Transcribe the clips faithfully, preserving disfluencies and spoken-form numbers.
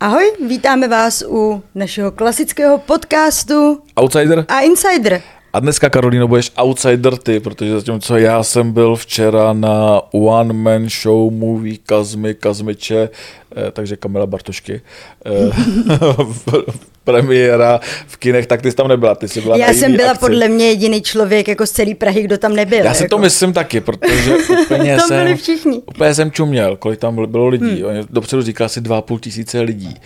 Ahoj, vítáme vás u našeho klasického podcastu Outsider a Insider. A dneska, Karolíno, budeš outsider ty, protože zatímco já jsem byl včera na One Man Show Movie Kazmy Kazmiče, eh, takže Kamila Bartošky, eh, premiéra v kinech, tak ty jsi tam nebyla, ty jsi byla Já na jsem jiný byla akci. Podle mě jediný člověk jako z celé Prahy, kdo tam nebyl. Já si jako. to myslím taky, protože úplně Tam byli jsem, všichni. úplně jsem čuměl, kolik tam bylo lidí. Hmm. Oni dopředu říkal asi dva a půl tisíce lidí.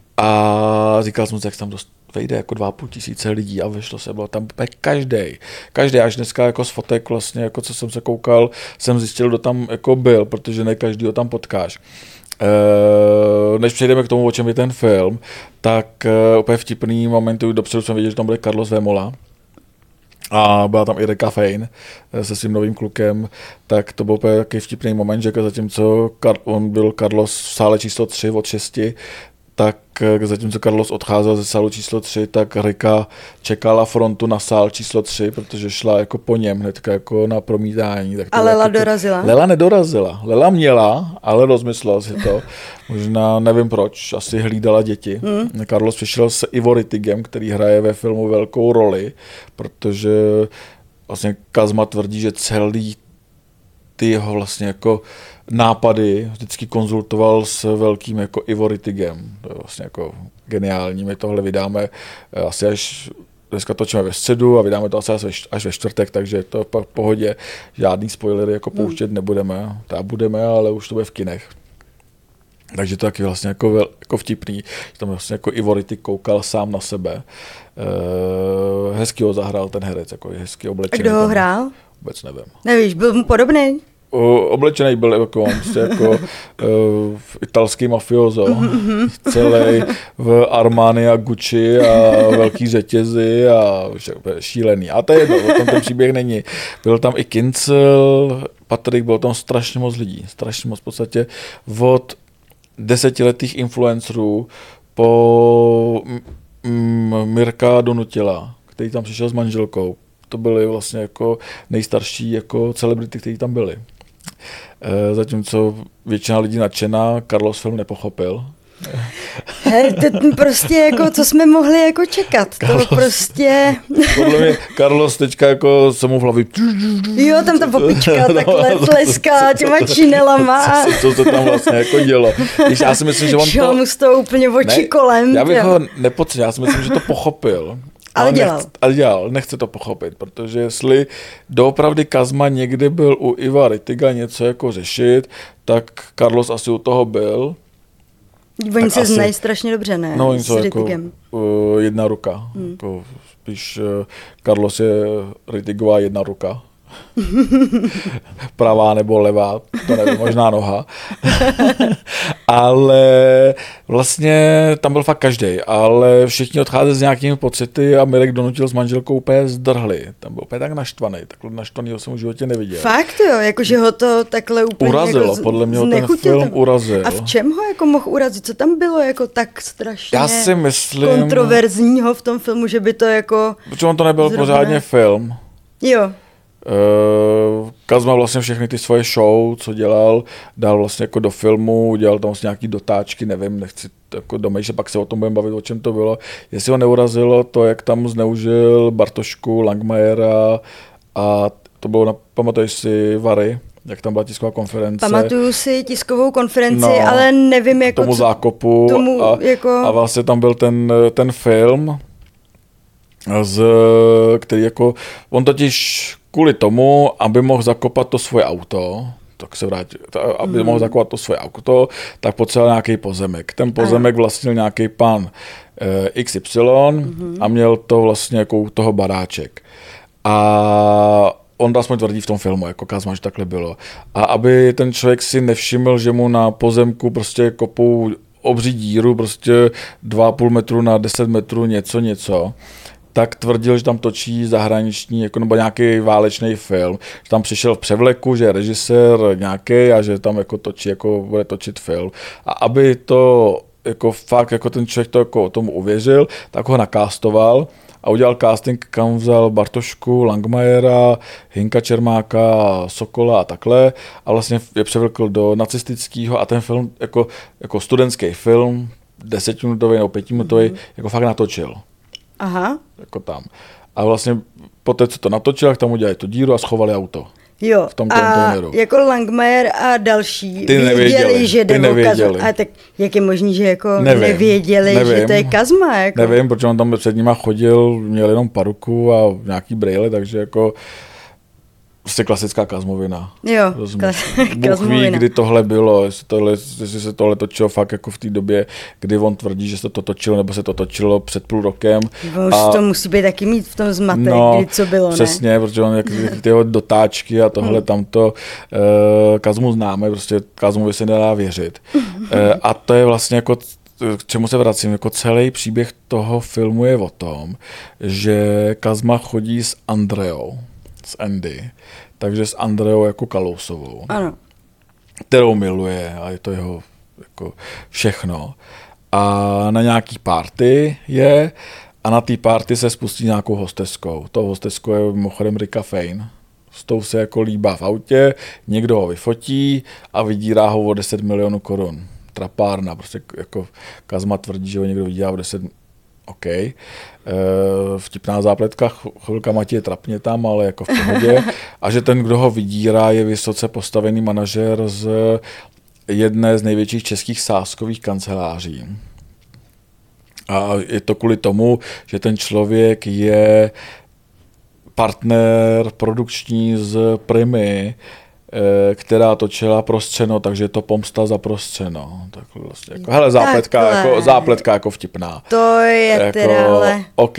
A říkal jsem si, jak tam dost vejde jako dva a půl tisíce lidí a vyšlo se, bylo tam úplně každej. Každý, až dneska jako z fotek vlastně, jako co jsem se koukal, jsem zjistil, kdo tam jako byl, protože ne každý ho tam potkáš. Uh, než přejdeme k tomu, o čem je ten film, tak uh, úplně vtipný momenty, dopředu jsem věděl, že tam bude Carlos Vémola a byla tam i Reka Fein se svým novým klukem, tak to byl úplně takový vtipný moment, že zatímco on byl Carlos v sále číslo tři od šesti, tak zatímco Carlos odcházel ze sálu číslo tři, tak Rika čekala frontu na sál číslo tři, protože šla jako po něm hnedka jako na promítání. Tak a Lela jako, dorazila? Lela nedorazila. Lela měla, ale rozmyslela si to. Možná nevím proč, asi hlídala děti. Hmm. Carlos přišel s Ivo Rittigem, který hraje ve filmu velkou roli, protože vlastně Kazma tvrdí, že celý ty jeho vlastně jako nápady vždycky konzultoval s velkým jako Ivo Rittigem. To je vlastně jako geniální. My tohle vydáme asi až, dneska točíme ve středu a vydáme to asi až ve čtvrtek, takže je to v pohodě. Žádný spoilery jako pouštět nebudeme. Teda budeme, ale už to bude v kinech. Takže to taky vlastně jako, vel, jako vtipný, že tam vlastně jako Ivo Rittig koukal sám na sebe. E, hezky ho zahrál ten herec, jako hezky oblečený. A kdo ho hrál? Vůbec nevím. Nevíš, byl mu podobný? Oblečený byl jako on, prostě jako uh, italský mafiozo, mm-hmm. celý v Armani a Gucci a velký řetězy a šílený. A to je jedno, o tom ten příběh není. Byl tam i Kincel, Patrik, bylo tam strašně moc lidí, strašně moc v podstatě od desetiletých influencerů po m- Mirka Donutila, který tam přišel s manželkou. To byly vlastně jako nejstarší jako celebrity, kteří tam byli. E, zatímco většina lidí nadšená, Carlos film nepochopil. He, to prostě jako, co jsme mohli jako čekat, Carlos, to prostě... Podle mě Carlos teďka jako se mu v hlavě... Jo, tam ta popička takhle tleská těma činelama. Co, co se tam vlastně jako dělo. Když já si myslím, že on Šel to... mu z toho úplně oči ne, kolem. Já bych ho nepodcenil, já si myslím, že to pochopil. Ale dělal. Nechce, ale dělal, nechce to pochopit, protože jestli doopravdy Kazma někdy byl u Iva Rittiga něco jako řešit, tak Carlos asi u toho byl. Oni se asi znají strašně dobře, ne? No, něco jako uh, jedna ruka. Hmm. Jako, spíš uh, Carlos je Rittigová jedna ruka. Pravá nebo levá, to nevím, možná noha. Ale vlastně tam byl fakt každej, ale všichni odcházeli s nějakými pocity a Mirek Donutil s manželkou úplně zdrhli. Tam byl úplně tak naštvaný, takhle naštvanýho jsem v životě neviděl. Fakt jo, jakože ho to takhle úplně urazilo, jako z, podle mě ten film tak... urazil. A v čem ho jako mohl urazit? Co tam bylo jako tak strašně Já si myslím, kontroverzního v tom filmu, že by to jako... Protože on to nebyl zrovna... pořádně film. Jo. Uh, Kazma vlastně všechny ty svoje show, co dělal, dal vlastně jako do filmu, dělal tam vlastně nějaký dotáčky, nevím, nechci jako domýšlet, pak se o tom budeme bavit, o čem to bylo. Jestli ho neurazilo to, jak tam zneužil Bartošku, Langmajera a to bylo, pamatuješ si Vary, jak tam byla tisková konference. Pamatuju si tiskovou konferenci, no, ale nevím jako... Tomu co, zákopu tomu a, jako... a vlastně tam byl ten, ten film, z, který jako, on totiž kvůli tomu, aby mohl zakopat to svoje auto, tak se vrátil, aby mm. mohl zakopat to svoje auto, tak potřeboval nějaký pozemek. Ten pozemek vlastnil nějaký pán eh, X Y mm. a měl to vlastně jako u toho baráček. A on aspoň tvrdí v tom filmu, jako Kazma, že takhle bylo. A aby ten člověk si nevšiml, že mu na pozemku prostě kopou obří díru, prostě dva a půl metru na deset metrů, něco, něco, tak tvrdil, že tam točí zahraniční, jako, nebo nějaký válečný film. Že tam přišel v převleku, že je režisér nějaký a že tam jako točí, jako bude točit film. A aby to jako fakt, jako ten člověk to jako tomu uvěřil, tak ho nakástoval a udělal casting, kam vzal Bartošku, Langmajera, Hinka Čermáka, Sokola a takhle a vlastně je převlekl do nacistického a ten film jako, jako studentský film, desetiminutový nebo pětiminutový, mm. jako fakt natočil. Aha. Jako tam. A vlastně poté, co to natočil, tak tam udělali tu díru a schovali auto. Jo, v tom a kontejneru. jako Langmajer a další ty věděli, nevěděli, že jde o Kazmu. A tak jak je možný, že jako nevím, nevěděli, nevím, že to je Kazma? Jako? Nevím, protože on tam před nima chodil, měl jenom paruku a nějaký brýle, takže jako prostě klasická Kazmovina. Jo, Bůh ví, kdy tohle bylo, jestli, tohle, jestli se tohle točilo fakt jako v té době, kdy on tvrdí, že se to točilo, nebo se to točilo před půl rokem. Už a, to musí být taky mít v tom zmatek, no, kdy co bylo, přesně, ne? protože on jak, jak ty jeho dotáčky a tohle hmm. tamto, uh, Kazmu známe, prostě Kazmovi se nedá věřit. uh, a to je vlastně jako k čemu se vracím, jako celý příběh toho filmu je o tom, že Kazma chodí s Andreou, s Andy, takže s Andreou jako Kalousovou, ano. kterou miluje a je to jeho jako všechno. A na nějaký party je a na té party se spustí nějakou hosteskou. To hosteskou je mimochodem Rika Fane. S tou se jako líbá v autě, někdo ho vyfotí a vydírá ho o deset milionů korun. Trapárna, prostě jako Kazma tvrdí, že ho někdo vydírá o deset OK. E, vtipná zápletka, chvilkama ti je trapně tam, ale jako v pohodě. A že ten, kdo ho vydírá, je vysoce postavený manažer z jedné z největších českých sázkových kanceláří. A je to kvůli tomu, že ten člověk je partner produkční z Primy, která točila Prostřeno, takže je to pomsta za Prostřeno. Tak vlastně jako, hele, zápletka jako, zápletka jako vtipná. To je jako, teda, ale... OK.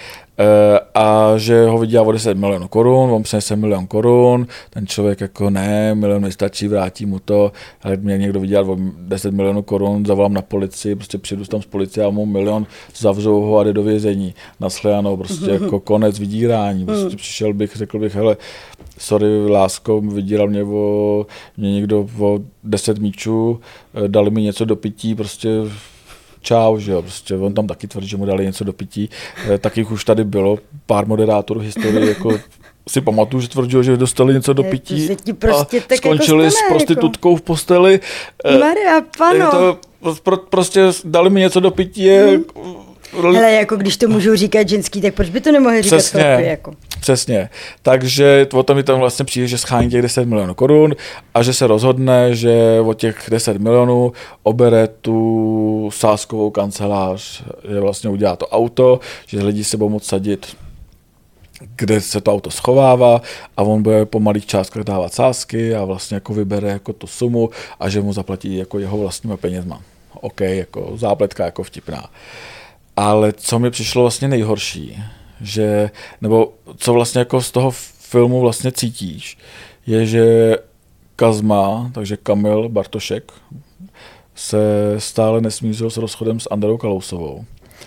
A že ho vydělá o deset milionů korun, on přinese milion korun, ten člověk jako ne, milion mi stačí, vrátí mu to, ale mě někdo vydělal o deset milionů korun, zavolám na policii, prostě přijdu tam z policie a mu milion, zavřou ho a jde do vězení, nashledanou, prostě jako konec vydírání, prostě přišel bych, řekl bych, hele, sorry, lásko, vydíral mě, o, mě někdo o deset míčů, dali mi něco do pití, prostě čau, že jo, prostě on tam taky tvrdí, že mu dali něco do pití, takých už tady bylo, pár moderátorů historii, jako si pamatuju, že tvrdil, že dostali něco do pití prostě a skončili jako stane, s prostitutkou jako v posteli. Maria, pano. To, pro, prostě dali mi něco do pití, hmm. Hele, jako když to můžou říkat ženský, tak proč by to nemohli říkat přesně, chlapi, jako? Přesně. Takže o tom mi tam vlastně přijde, že schání těch deset milionů korun a že se rozhodne, že o těch deset milionů obere tu sázkovou kancelář, že vlastně udělá to auto, že lidi se budou moct sadit, kde se to auto schovává a on bude po malých částkách dávat sázky a vlastně jako vybere jako tu sumu a že mu zaplatí jako jeho vlastníma penězma. OK, jako zápletka jako vtipná. Ale co mi přišlo vlastně nejhorší, že, nebo co vlastně jako z toho filmu vlastně cítíš, je, že Kazma, takže Kamil Bartošek, se stále nesmířil s rozchodem s Andreou Kalousovou.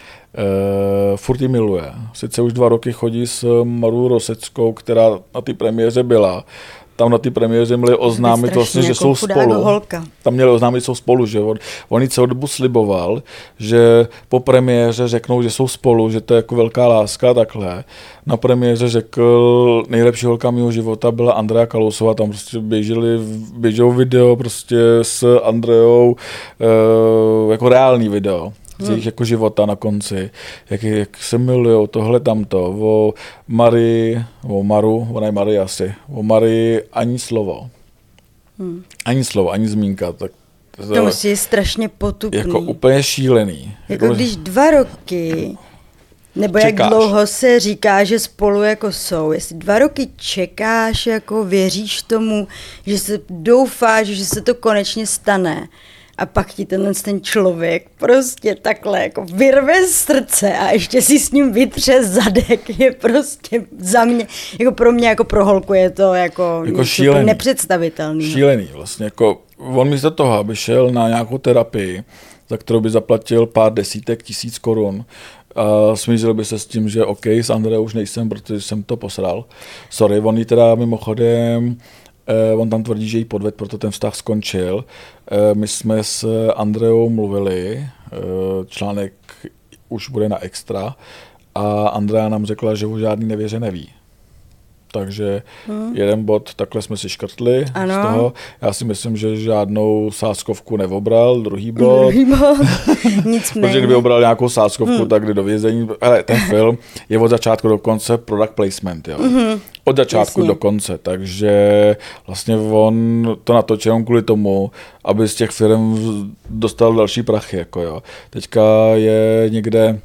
E, furt ji miluje. Sice už dva roky chodí s Marou Roseckou, která na té premiéře byla. Tam na té premiéře měli oznámit vlastně, že jsou spolu. Holka. Tam měli oznámit, že jsou spolu, že on, on jí celou dobu sliboval, že po premiéře řeknou, že jsou spolu, že to je jako velká láska, takhle. Na premiéře řekl, nejlepší holka mého života byla Andrea Kalousová, tam prostě běželi, běžel video prostě s Andreou, e, jako reálný video. Z jejich jako života na konci, jak, jak se milujou, tohle tamto, o Marii, o Maru, ona je Marie asi, o Marii ani slovo. Hmm. Ani slovo, ani zmínka. Tak to, to musí je strašně potupný. Jako úplně šílený. Jako, jako když dva roky, nebo čekáš. Jak dlouho se říká, že spolu jako jsou, jestli dva roky čekáš, jako věříš tomu, že se doufáš, že se to konečně stane, a pak ti tenhle ten člověk prostě takhle jako vyrve z srdce a ještě si s ním vytře zadek, je prostě za mě, jako pro mě jako pro holku je to jako, jako šílený, nepředstavitelný. Šílený vlastně, jako on místo toho, aby šel na nějakou terapii, za kterou by zaplatil pár desítek tisíc korun, a smířil by se s tím, že OK, s Andreou už nejsem, protože jsem to posral. Sorry, on jí teda mimochodem, eh, on tam tvrdí, že jí podved, proto ten vztah skončil. Eh, my jsme s Andreou mluvili, eh, článek už bude na Extra, a Andrea nám řekla, že o žádný nevěře neví. Takže hmm. jeden bod takhle jsme si škrtli ano. z toho. Já si myslím, že žádnou sázkovku neobral, druhý bod. Druhý bod. Nicméně. Protože kdyby obral nějakou sázkovku, hmm. tak jde do vězení. Ale ten film je od začátku do konce product placement, jo. Hmm. Od začátku Jasně. do konce, takže vlastně on to natočil jenom kvůli tomu, aby z těch firm dostal další prachy, jako jo. Teďka je někde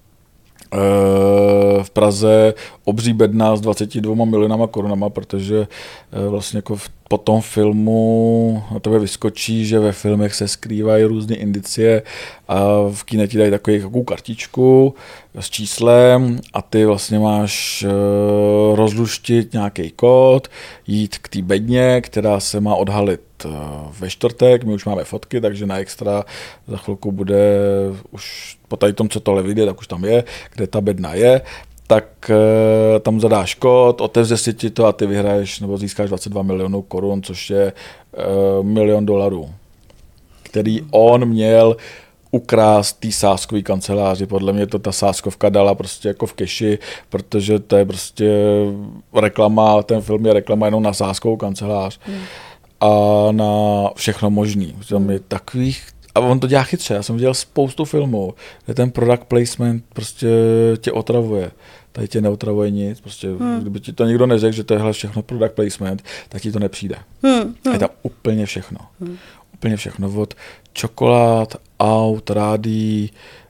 v Praze obří bedna s dvaceti dvěma milionama korunama, protože vlastně jako po tom filmu na tebe vyskočí, že ve filmech se skrývají různé indicie a v kíně ti dají takovou kartičku s číslem a ty vlastně máš rozluštit nějaký kód, jít k té bedně, která se má odhalit ve čtvrtek, my už máme fotky, takže na extra za chvilku bude už po tady tom, co tohle vyjde, tak už tam je, kde ta bedna je, tak e, tam zadáš kód, otevře si ti to a ty vyhraješ nebo získáš dvacet dva milionů korun, což je e, milion dolarů, který on měl ukrást té sázkové kanceláři. Podle mě to ta sázkovka dala prostě jako v keši, protože to je prostě reklama, ten film je reklama jenom na sázkovou kancelář. Hmm. A na všechno možný. Tam je takových, a on to dělá chytře. Já jsem viděl spoustu filmů, kde ten product placement prostě tě otravuje. Tady tě neotravuje nic. Prostě, hmm. kdyby ti to nikdo neřekl, že tohle je všechno product placement, tak ti to nepřijde. Hmm. Hmm. Je tam úplně všechno. Hmm. Úplně všechno. Od čokolád, aut, rádí,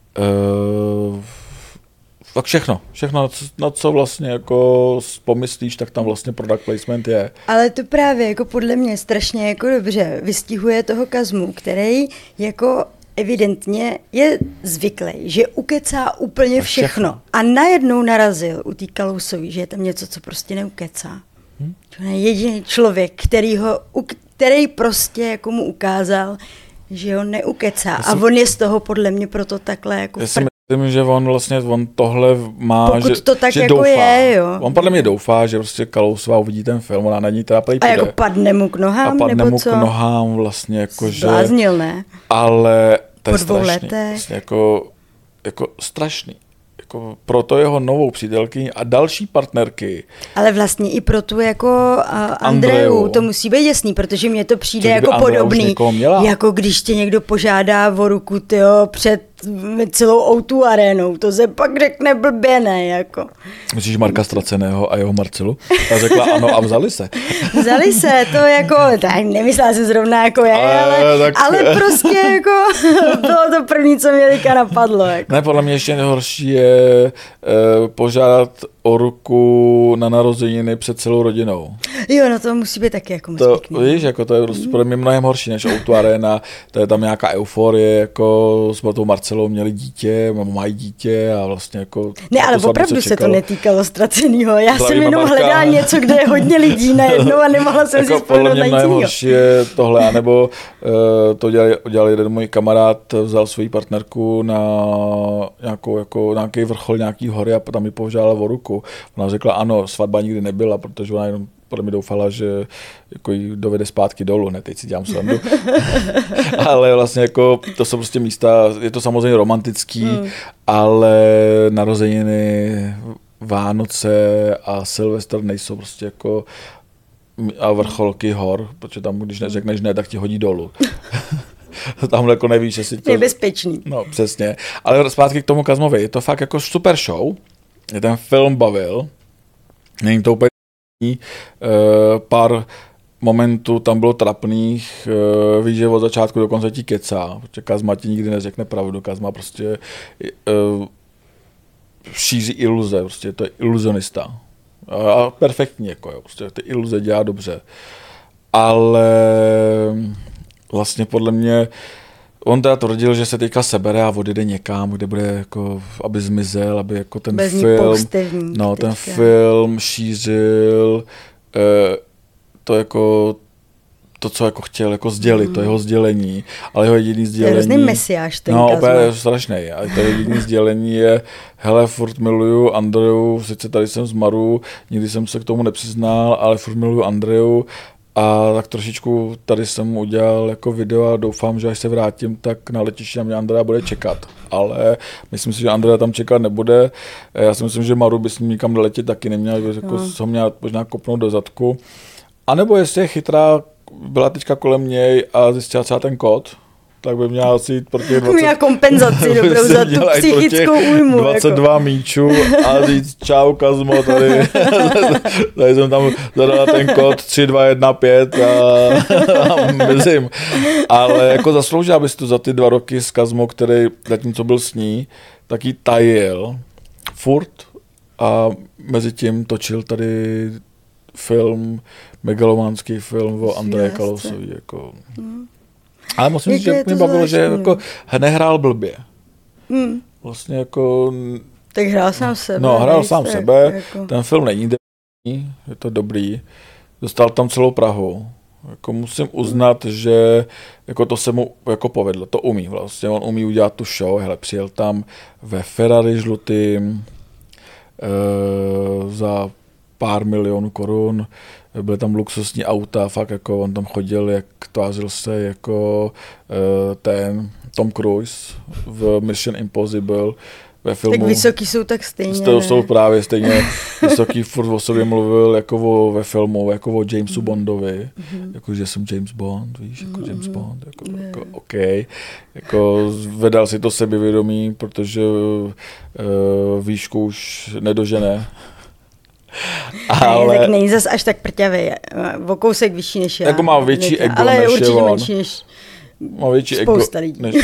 uh, tak všechno, všechno, na co vlastně jako pomyslíš, tak tam vlastně product placement je. Ale to právě jako podle mě strašně jako dobře vystihuje toho Kazmu, který jako evidentně je zvyklý, že ukecá úplně všechno. všechno. A najednou narazil u té Kalousový, že je tam něco, co prostě neukecá. Hmm? To je jediný člověk, který, ho, který prostě jako mu ukázal, že ho neukecá. Jsem, a on je z toho podle mě proto takhle jako... Myslím, že on vlastně on tohle má, Pokud že, to tak že jako doufá. Je, jo. On podle mě doufá, že prostě Kalousová uvidí ten film, ona na ní teda prý A jako padne mu k nohám, A padne nebo mu co? k nohám vlastně jako, že... Zbláznil, ne? Ale to je po dvou strašný. letech. Vlastně jako, jako strašný. Jako pro to jeho novou přítelkyni a další partnerky. Ale vlastně i pro tu jako uh, Andreu, Andreu, to musí být jasný, protože mně to přijde to, jako podobný, jako když tě někdo požádá o ruku, tyjo, před celou ó dva arénou, to se pak řekne blbě, ne, jako. Myslíš Marka Ztraceného a jeho Marcelu? Ta řekla ano a vzali se. Vzali se, to jako, tak nemyslela jsem zrovna jako je, ale, ale, tak... ale prostě jako bylo to první, co mě teďka napadlo. Jako. Ne, podle mě ještě nejhorší je eh, požádat o ruku na narozeniny před celou rodinou. Jo, no to musí být taky jako moc to, pěkný. Víš, jako to je prostě podle mě mnohem horší než ó dva Arena, to je tam nějaká euforie, jako s tou Marcelou měli dítě, mají dítě a vlastně jako... Ne, ale opravdu se, se to netýkalo Ztracenýho, já Zdravíme jsem jenom Marka. Hledala něco, kde je hodně lidí najednou a nemohla jsem jako si spojit podle mě mnohem horší je tohle, anebo uh, to dělal, dělal jeden můj kamarád, vzal svou partnerku na nějakou, jako, nějaký vrchol nějaký hory a tam mi požádala o ruku. Ona řekla ano, svatba nikdy nebyla, protože ona jenom podle mě doufala, že jako jí dovede zpátky dolů, ne, teď si dělám srandu. Ale vlastně jako to jsou prostě místa, je to samozřejmě romantický, hmm. ale narozeniny, Vánoce a Silvestr nejsou prostě jako a vrcholky hor, protože tam, když neřekneš ne, tak ti hodí dolů. Tam jako nevíš, jestli to... Je bezpečný. No, přesně. Ale zpátky k tomu Kazmovi. Je to fakt jako super show. Je ten film bavil. Není to úplně uh, pár momentů tam bylo trapných. Uh, víš, že od začátku do konce ti kecá. Protože Kazma ti nikdy neřekne pravdu. Kazma prostě uh, šíří iluze. Prostě to je iluzionista. A perfektní, jako jo. Prostě ty iluze dělá dobře. Ale vlastně podle mě on teda tvrdil, že se teďka sebere a odjede někam, kde bude jako, aby zmizel, aby jako ten Bez film, no ten film šířil eh, to jako to, co jako chtěl jako sdělit, mm. to jeho sdělení, ale jeho jediný sdělení... To je hrozný mesiáš ten No, Kazma. opět strašný. A to jediný sdělení je, hele, furt miluju Andreu, sice tady jsem z Maru, nikdy jsem se k tomu nepřiznal, ale furt miluju Andreu A tak trošičku tady jsem udělal jako video a doufám, že až se vrátím, tak na letišti na mě Andrea bude čekat. Ale myslím si, že Andrea tam čekat nebude. Já si myslím, že Maru by s ním nikam doletět taky neměla, že jako no. se ho měla možná kopnout do zadku. A nebo jestli je chytrá, byla teďka kolem něj a zjistila třeba ten kód, tak by měla asi jít pro těch dvacet... Měla kompenzaci dobrou za tu psychickou újmu. dvacet dva jako. Míčů a říct čau Kazmo, tady, tady jsem tam zadala ten kód tři dva jedna pět a, a mezím. Ale jako zasloužila bys to za ty dva roky s Kazmo, který zatímco byl s ní, tak jí tajil furt a mezi tím točil tady film, megalománský film o Andreji Kalousovi. Jako. Hmm. Ale musím říct, že mě bavilo, že jako nehrál blbě. Hmm. Vlastně jako... Tak hrál sám sebe. No, hrál sám sebe. Jako... Ten film není dobrý, je to dobrý. Dostal tam celou Prahu. Jako musím uznat, že jako to se mu jako povedlo. To umí vlastně. On umí udělat tu show. Hele, přijel tam ve Ferrari žlutým e, za pár milionů korun. Byly tam luxusní auta, fakt jako on tam chodil, jak tvářil se jako uh, ten Tom Cruise v Mission Impossible ve filmu. Tak vysoký jsou tak stejně. To jsou právě stejně vysoký, furt o sobě mluvil jako o, ve filmu, jako o Jamesu mm. Bondovi, mm. jako že jsem James Bond, víš, jako mm. James Bond, jako, mm. jako OK. Jako vedal si to sebevědomí, protože uh, výšku už nedožené. Ale... Ne, tak není zas až tak prťavý, o kousek vyšší než já. Jako má větší ego ale než určitě je on. menší než má větší spousta ego lidí. Než...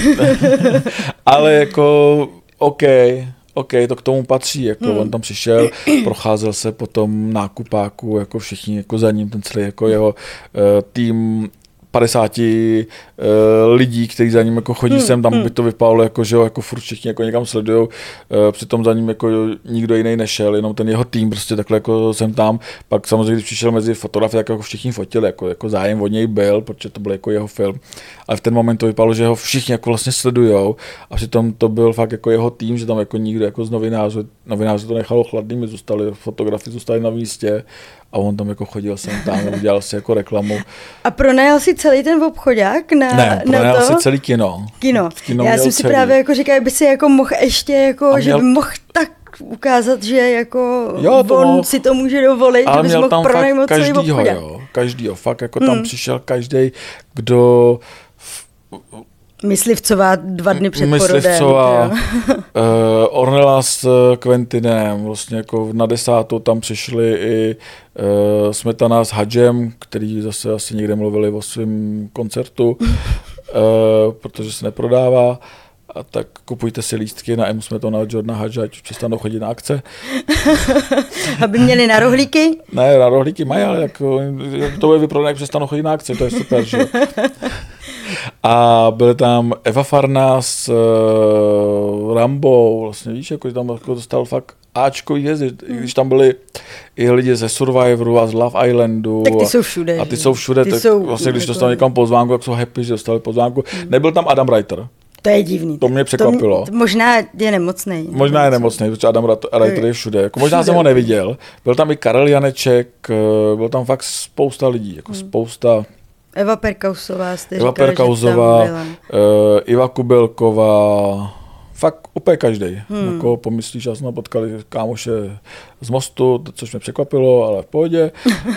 ale jako OK, OK, to k tomu patří, jako hmm. on tam přišel, procházel se po tom nákupáku, jako všichni jako za ním, ten celý jako jeho uh, tým padesáti uh, lidí, kteří za ním jako chodí hmm, sem, tam hmm. by to vypadalo, jako, že ho jako furt všichni jako někam sledujou, uh, přitom za ním jako nikdo jiný nešel, jenom ten jeho tým prostě takhle jako sem tam, pak samozřejmě, když přišel mezi fotografy, tak jako všichni fotili, jako, jako zájem od něj byl, protože to byl jako jeho film, ale v ten moment to vypadalo, že ho všichni jako vlastně sledujou a přitom to byl fakt jako jeho tým, že tam jako nikdo jako z novinářů, novinářů to nechalo chladnými, zůstali, fotografy zůstali na místě. A on tam jako chodil sem tam, udělal si jako reklamu. A pronajal si celý ten obchodák na, ne, na pronajal to? si celý kino. Kino. kino Já jsem si celý. právě jako říkal, by si jako mohl ještě jako, měl... že by mohl tak ukázat, že jako jo, to on mohl... si to může dovolit, ale že bys mohl pronajmout celý obchodák. Jo, každýho, fakt jako hmm. tam přišel každý, kdo... Myslivcová dva dny před Myslivcová, porodem. uh, Ornella s Quentinem, vlastně jako na desátou tam přišli i uh, Smetana s Hadžem, který zase asi někde mluvili o svém koncertu, uh, protože se neprodává. A tak kupujte si lístky na Emu Smetana a Jordana Hadža, ať přestanou chodit na akce. Aby měli na rohlíky? Ne, na rohlíky mají, ale jako, to je vyprodané, jak přestanou chodit na akce, to je super, že? A byly tam Eva Farnas, uh, Rambo, vlastně víš, jako tam jako dostal fakt áčkový hvězdy, když tam byli i lidi ze Survivoru a z Love Islandu. Tak ty jsou všude. A ty jsou všude, ty tak jsou, vlastně když jako... dostali někam pozvánku, tak jsou happy, že dostali pozvánku. Hmm. Nebyl tam Adam Reiter. To je divný. To mě překvapilo. To, možná je nemocnej. Možná je nemocnej, protože Adam Reiter je všude. Jako možná všude. Jsem ho neviděl. Byl tam i Karel Janeček, byl tam fakt spousta lidí, jako hmm. spousta. Eva Perkausová, jste Eva říkala, Perkausová, uh, Iva Kubelková, fakt úplně každý. Hmm. Jako pomyslíš, že jsme potkali kámoše z Mostu, což mě překvapilo, ale v pohodě.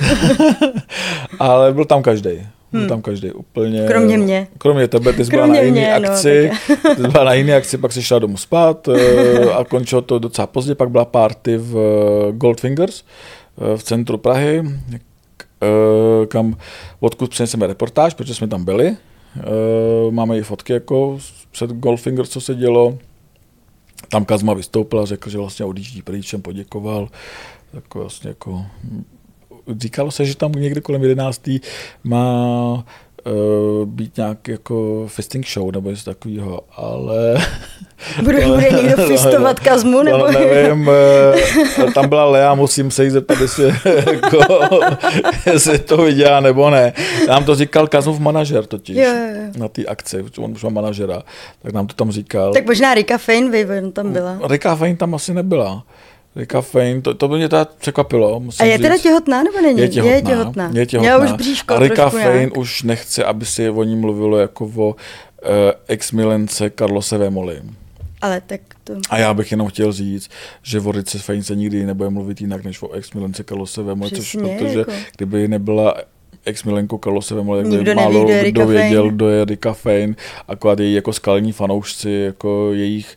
Ale byl tam každý. Byl hmm. tam každý úplně. Kromě mě. Kromě tebe, ty jsi byla na jiné akci, no, ty jsi byla na jiné akci, pak jsi šla domů spát a končilo to docela pozdě, pak byla party v Goldfingers v centru Prahy, kam odkud přineseme reportáž, protože jsme tam byli. Máme i fotky jako před Goldfingers, co se dělo. Tam Kazma vystoupil a řekl, že vlastně odjíždí pryč, všem poděkoval. Tak vlastně jako... Říkalo se, že tam někdy kolem jedenáctý má uh, být nějak jako fisting show nebo něco takového, ale... Bude, bude někdo fistovat Kazmu? Nebo... No, nevím, uh, tam byla Lea, musím se jí zeptat, jestli, jako, jestli to viděla nebo ne. Nám to říkal Kazmův manažer totiž, jo, jo. Na té akci, on už má manažera, tak nám to tam říkal. Tak možná Rika Fein, vy tam byla. Rika Fein tam asi nebyla. Rika Fane, to, to by mě teda překvapilo. A je teda těhotná, nebo není? Je těhotná. Je těhotná. Je těhotná. Já už bříško a Rika Fane nějak. už nechce, aby si o ní mluvilo jako o uh, ex-milence Carlose Vémoly. Ale tak to... A já bych jenom chtěl říct, že o Rice Fane se nikdy nebude mluvit jinak, než o ex-milence Carlose Vémoly, což protože jako... kdyby nebyla ex-milenkou Carlose Vémoly, tak by málo neví, kdo věděl, kdo je Rika Fane, akorát její jako skalní fanoušci, jako jejich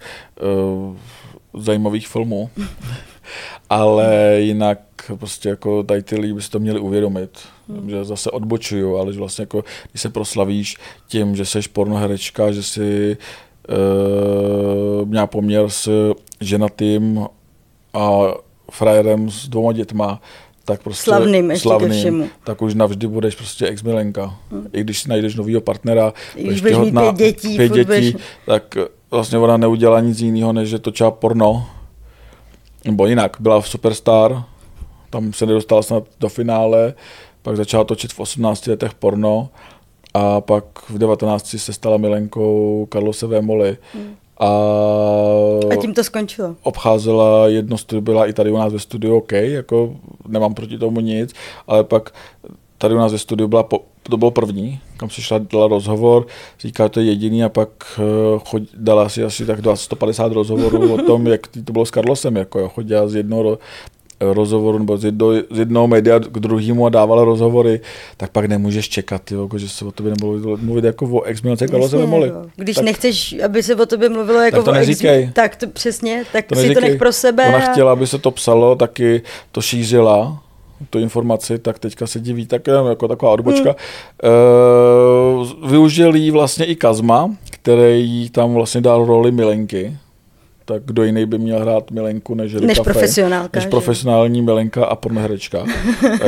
uh, zajímavých filmů. Ale jinak prostě jako tady ty lidi by si to měli uvědomit, hmm. že zase odbočuju, ale že vlastně jako, když se proslavíš tím, že seš pornoherečka, že si uh, měla poměr s ženatým a frajerem s dvěma dětma, tak prostě slavným, ještě slavným, ke všemu. Tak už navždy budeš prostě ex-milenka. Hmm. I když si najdeš novýho partnera, když budeš mít pět dětí, pět dětí budeš... tak vlastně ona neudělala nic jiného, než že točila porno. Nebo jinak, byla v Superstar, tam se nedostala snad do finále, pak začala točit v osmnácti letech porno a pak v devatenácti se stala milenkou Carlose Vémoly. Hmm. A, a tím to skončilo. Obcházela jedno studio, byla i tady u nás ve studiu, OK, jako nemám proti tomu nic, ale pak tady u nás ve studiu byla, po, to bylo první, kam se šla, dala rozhovor, říká, to je jediný a pak chod, dala si asi tak sto padesát rozhovorů o tom, jak to bylo s Carlosem, jako jo, chodila z jednoho rozhovoru nebo z, jedno, z jednoho média k druhému a dávala rozhovory, tak pak nemůžeš čekat, jo, že se o tobě nebude mluvit jako o ex-milence Carlose Vémoly. Když tak, nechceš, aby se o tobě mluvilo jako tak to o ex, tak to přesně, tak to si neříkej. To nech pro sebe. Ona a... chtěla, aby se to psalo, taky to šířila, tu informaci, tak teďka se diví, tak jenom jako taková odbočka. Hmm. Uh, využil jí vlastně i Kazma, který jí tam vlastně dal roli milenky. Tak kdo jiný by měl hrát milenku než Rika Než Fane, profesionálka. Než profesionální milenka a pornoherečka. uh,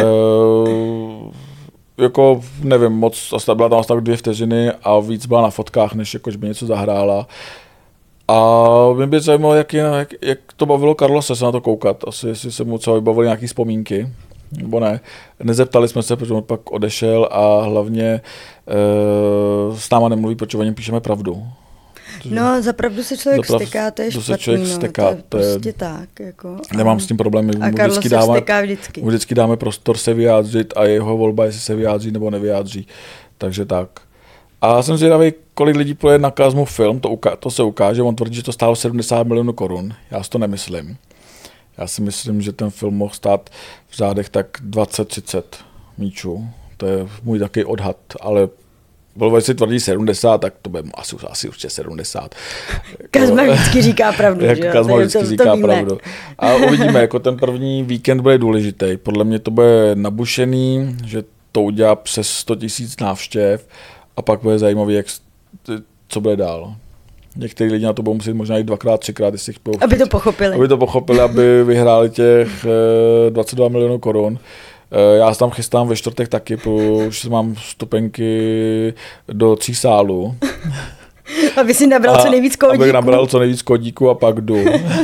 jako nevím, moc, asi byla tam asi tak dvě vteřiny a víc byla na fotkách, než jako, že by něco zahrála. A mě by zajímalo, jak, jak, jak to bavilo Carlose se na to koukat. Asi jestli se mu třeba vybavili nějaký vzpomínky, nebo ne. Nezeptali jsme se, protože on pak odešel a hlavně e, s náma nemluví, protože o něm píšeme pravdu. No, zapravdu se člověk Zaprav, steká, to je špatný, se člověk no, steká, to je prostě tak. Jako, nemám s tím problémy. A Carlos se dáme, steká vždycky. Mu vždycky dáme prostor se vyjádřit a jeho volba, jestli se vyjádří nebo nevyjádří. Takže tak. A jsem zvědavý, kolik lidí pojede na Kazmu film, to, uka- to se ukáže, on tvrdí, že to stálo sedmdesát milionů korun, já si to nemyslím. Já si myslím, že ten film mohl stát v řádech tak dvacet třicet míčů, to je můj takový odhad, ale Volvo, si tvrdí sedmdesát, tak to bude asi, asi určitě sedmdesát. Kazma vždycky říká pravdu, jako že? Kazma vždycky to, říká to pravdu. A uvidíme, jako ten první víkend bude důležitý. Podle mě to bude nabušený, že to udělá přes sto tisíc návštěv a pak bude zajímavý, jak, co bude dál. Některý lidi na to budou muset možná i dvakrát, třikrát, jestli jich budou Aby to pochopili. Aby to pochopili, aby vyhráli těch dvacet dva milionů korun. Já se tam chystám ve čtvrtek taky, už mám vstupenky do tří sálů. Aby si nabral a co nejvíc kódíků. Abych nabral co nejvíc kódíků a pak jdu.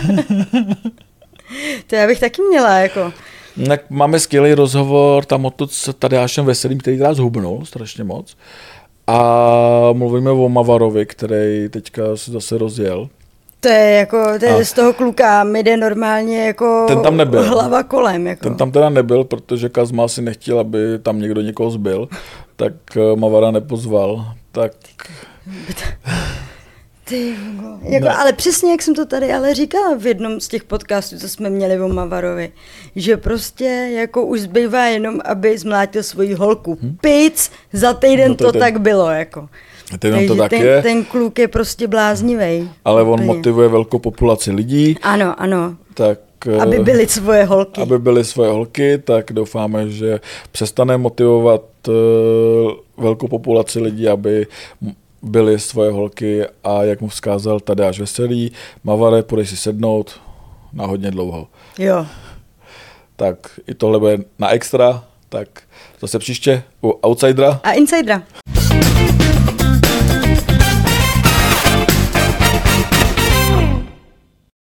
To já bych taky měla, jako. Tak máme skvělý rozhovor tam odtud s Tadeášem Veselým, který teda zhubnul strašně moc. A mluvíme o Mavarovi, který teďka se zase rozjel. To je jako, to je z toho kluka, mi jde normálně jako ten tam nebyl. Hlava kolem. Jako. Ten tam teda nebyl, protože Kazma si nechtěl, aby tam někdo někoho zbyl, tak Mavara nepozval. Tak... Ty, jako, ale přesně jak jsem to tady ale říkala v jednom z těch podcastů, co jsme měli o Mavarovi, že prostě jako už zbývá jenom, aby zmlátil svoji holku. Hmm? Pic, za týden no to, to ten... tak bylo. Jako. Takže to tak ten, je. ten kluk je prostě bláznivý. Ale on úplně motivuje velkou populaci lidí. Ano, ano. Tak, aby byly svoje holky. Aby byly svoje holky, tak doufáme, že přestane motivovat uh, velkou populaci lidí, aby byly svoje holky a jak mu vzkázal Tadeáš Veselý, Mavare, půjdeš si sednout na hodně dlouho. Jo. Tak i tohle bude na extra, tak zase příště u Outsidera a Insidera.